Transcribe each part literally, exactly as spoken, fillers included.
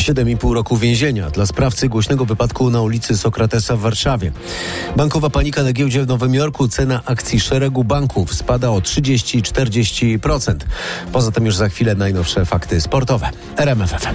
siedem i pół roku więzienia dla sprawcy głośnego wypadku na ulicy Sokratesa w Warszawie. Bankowa panika na giełdzie w Nowym Jorku. Cena akcji szeregu banków spada o trzydzieści do czterdziestu procent. Poza tym już za chwilę najnowsze fakty sportowe. R M F F M.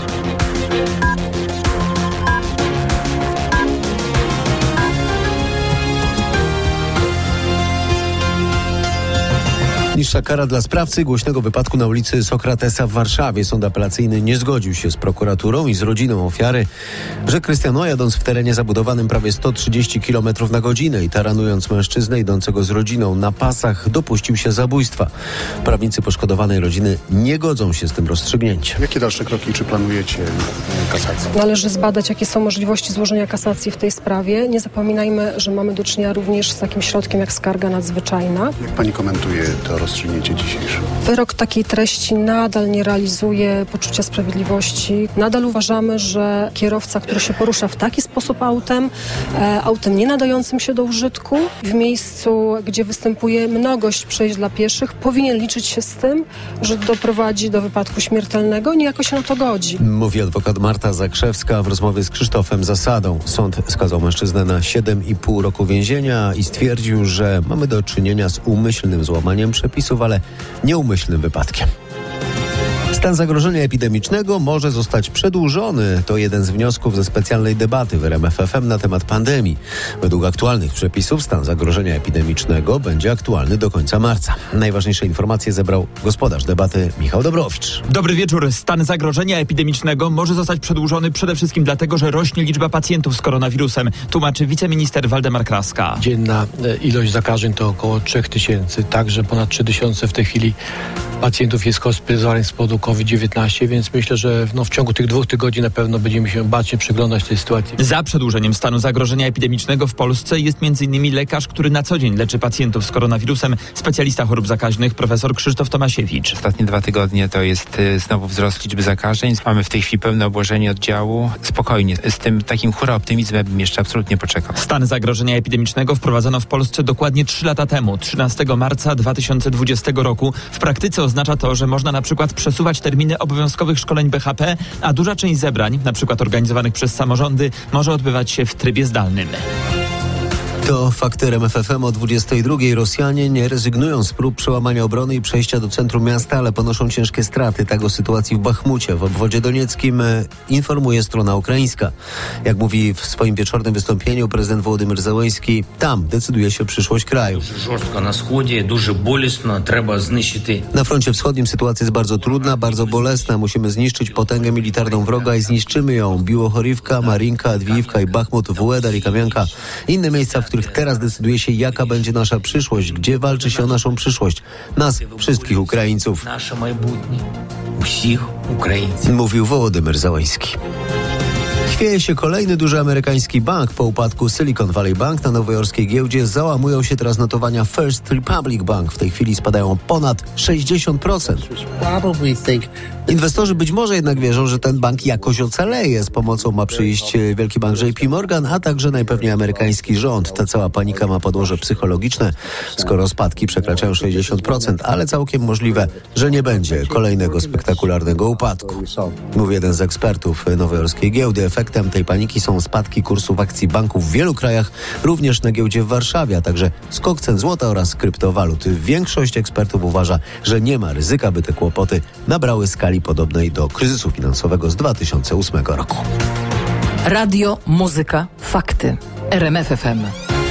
Niższa kara dla sprawcy głośnego wypadku na ulicy Sokratesa w Warszawie. Sąd apelacyjny nie zgodził się z prokuraturą i z rodziną ofiary, że Krystian O., jadąc w terenie zabudowanym prawie sto trzydzieści kilometrów na godzinę i taranując mężczyznę idącego z rodziną na pasach, dopuścił się zabójstwa. Prawnicy poszkodowanej rodziny nie godzą się z tym rozstrzygnięciem. Jakie dalsze kroki, czy planujecie kasację? Należy zbadać, jakie są możliwości złożenia kasacji w tej sprawie. Nie zapominajmy, że mamy do czynienia również z takim środkiem jak skarga nadzwyczajna. Jak pani komentuje to rozstrzygnięcie dzisiejsze? Wyrok takiej treści nadal nie realizuje poczucia sprawiedliwości. Nadal uważamy, że kierowca, który się porusza w taki sposób autem, e, autem nie nadającym się do użytku, w miejscu, gdzie występuje mnogość przejść dla pieszych, powinien liczyć się z tym, że doprowadzi do wypadku śmiertelnego. Niejako się na to godzi. Mówi adwokat Marta Zakrzewska w rozmowie z Krzysztofem Zasadą. Sąd skazał mężczyznę na siedem i pół roku więzienia i stwierdził, że mamy do czynienia z umyślnym złamaniem przepisów, ale nieumyślnym wypadkiem. Stan zagrożenia epidemicznego może zostać przedłużony. To jeden z wniosków ze specjalnej debaty w R M F F M na temat pandemii. Według aktualnych przepisów stan zagrożenia epidemicznego będzie aktualny do końca marca. Najważniejsze informacje zebrał gospodarz debaty Michał Dobrowicz. Dobry wieczór. Stan zagrożenia epidemicznego może zostać przedłużony przede wszystkim dlatego, że rośnie liczba pacjentów z koronawirusem, tłumaczy wiceminister Waldemar Kraska. Dzienna ilość zakażeń to około trzy tysiące, także ponad trzy tysiące w tej chwili pacjentów jest hospitalizowanych z powodu COVID dziewiętnaście, więc myślę, że no, w ciągu tych dwóch tygodni na pewno będziemy się bacznie przyglądać tej sytuacji. Za przedłużeniem stanu zagrożenia epidemicznego w Polsce jest między innymi lekarz, który na co dzień leczy pacjentów z koronawirusem, specjalista chorób zakaźnych profesor Krzysztof Tomasiewicz. Ostatnie dwa tygodnie to jest y, znowu wzrost liczby zakażeń. Mamy w tej chwili pełne obłożenie oddziału. Spokojnie, z tym takim hura optymizmem bym jeszcze absolutnie poczekał. Stan zagrożenia epidemicznego wprowadzono w Polsce dokładnie trzy lata temu, trzynastego marca dwa tysiące dwudziestego roku. W praktyce oznacza to, że można na przykład przesuwać terminy obowiązkowych szkoleń B H P, a duża część zebrań, na przykład organizowanych przez samorządy, może odbywać się w trybie zdalnym. To fakty R M F F M o dwudziestej drugiej. Rosjanie nie rezygnują z prób przełamania obrony i przejścia do centrum miasta, ale ponoszą ciężkie straty. Tak o sytuacji w Bachmucie, w obwodzie donieckim, informuje strona ukraińska. Jak mówi w swoim wieczornym wystąpieniu prezydent Wołodymyr Zełenski, tam decyduje się przyszłość kraju. Na froncie wschodnim sytuacja jest bardzo trudna, bardzo bolesna. Musimy zniszczyć potęgę militarną wroga i zniszczymy ją. Biłochorivka, Marinka, Adwijivka i Bachmut, Wułedar i Kamianka. Inne miejsca, w których teraz decyduje się, jaka będzie nasza przyszłość, gdzie walczy się o naszą przyszłość. Nas, wszystkich Ukraińców. Mówił Wołodymyr Zełenski. Chwieje się kolejny duży amerykański bank. Po upadku Silicon Valley Bank na nowojorskiej giełdzie załamują się teraz notowania First Republic Bank. W tej chwili spadają o ponad sześćdziesiąt procent. Inwestorzy być może jednak wierzą, że ten bank jakoś ocaleje. Z pomocą ma przyjść wielki bank J P Morgan, a także najpewniej amerykański rząd. Ta cała panika ma podłoże psychologiczne, skoro spadki przekraczają sześćdziesiąt procent, ale całkiem możliwe, że nie będzie kolejnego spektakularnego upadku. Mówi jeden z ekspertów nowojorskiej giełdy. Efektem tej paniki są spadki kursów akcji banków w wielu krajach, również na giełdzie w Warszawie, a także skok cen złota oraz kryptowalut. Większość ekspertów uważa, że nie ma ryzyka, by te kłopoty nabrały skali podobnej do kryzysu finansowego z dwa tysiące ósmego roku. Radio, muzyka, fakty. R M F F M.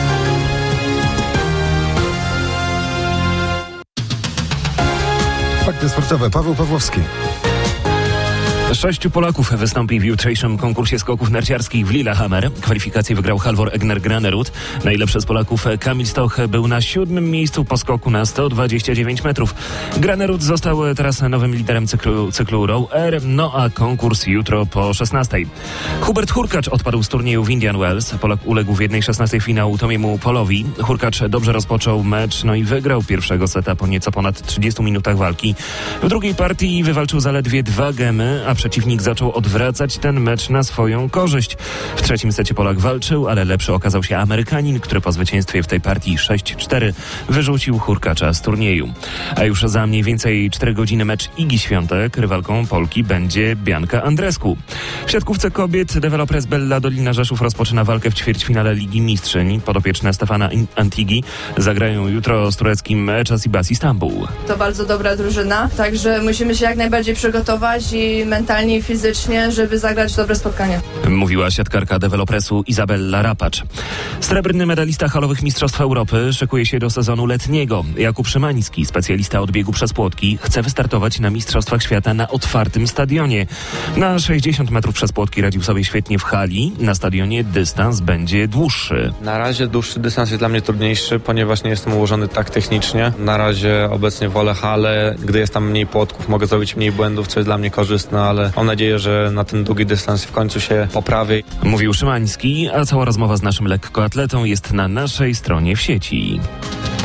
Fakty sportowe. Paweł Pawłowski. Sześciu Polaków wystąpi w jutrzejszym konkursie skoków narciarskich w Lillehammer. Kwalifikacje wygrał Halvor Egner Granerud. Najlepszy z Polaków Kamil Stoch był na siódmym miejscu po skoku na sto dwadzieścia dziewięć metrów. Granerud został teraz nowym liderem cyklu, cyklu Row Air, no a konkurs jutro po szesnastej. Hubert Hurkacz odpadł z turnieju w Indian Wells. Polak uległ w jednej szesnastej finału Tomiemu Polowi. Hurkacz dobrze rozpoczął mecz, no i wygrał pierwszego seta po nieco ponad trzydziestu minutach walki. W drugiej partii wywalczył zaledwie dwa gemy, a przeciwnik zaczął odwracać ten mecz na swoją korzyść. W trzecim secie Polak walczył, ale lepszy okazał się Amerykanin, który po zwycięstwie w tej partii sześć cztery wyrzucił hurkacza z turnieju. A już za mniej więcej cztery godziny mecz Igi Świątek. Rywalką Polki będzie Bianka Andrescu. W siatkówce kobiet Developers Bella Dolina Rzeszów rozpoczyna walkę w ćwierćfinale Ligi Mistrzyń. Podopieczne Stefana Antigi zagrają jutro z tureckim Czasibas Istanbul. To bardzo dobra drużyna, także musimy się jak najbardziej przygotować i mentalnie i fizycznie, żeby zagrać dobre spotkanie. Mówiła siatkarka Developresu Izabella Rapacz. Srebrny medalista halowych Mistrzostw Europy szykuje się do sezonu letniego. Jakub Szymański, specjalista od biegu przez płotki, chce wystartować na Mistrzostwach Świata na otwartym stadionie. Na sześćdziesiąt metrów przez płotki radził sobie świetnie w hali. Na stadionie dystans będzie dłuższy. Na razie dłuższy dystans jest dla mnie trudniejszy, ponieważ nie jestem ułożony tak technicznie. Na razie obecnie wolę halę. Gdy jest tam mniej płotków, mogę zrobić mniej błędów, co jest dla mnie korzystne, ale mam nadzieję, że na ten długi dystans w końcu się poprawię. Mówił Szymański, a cała rozmowa z naszym lekkoatletą jest na naszej stronie w sieci.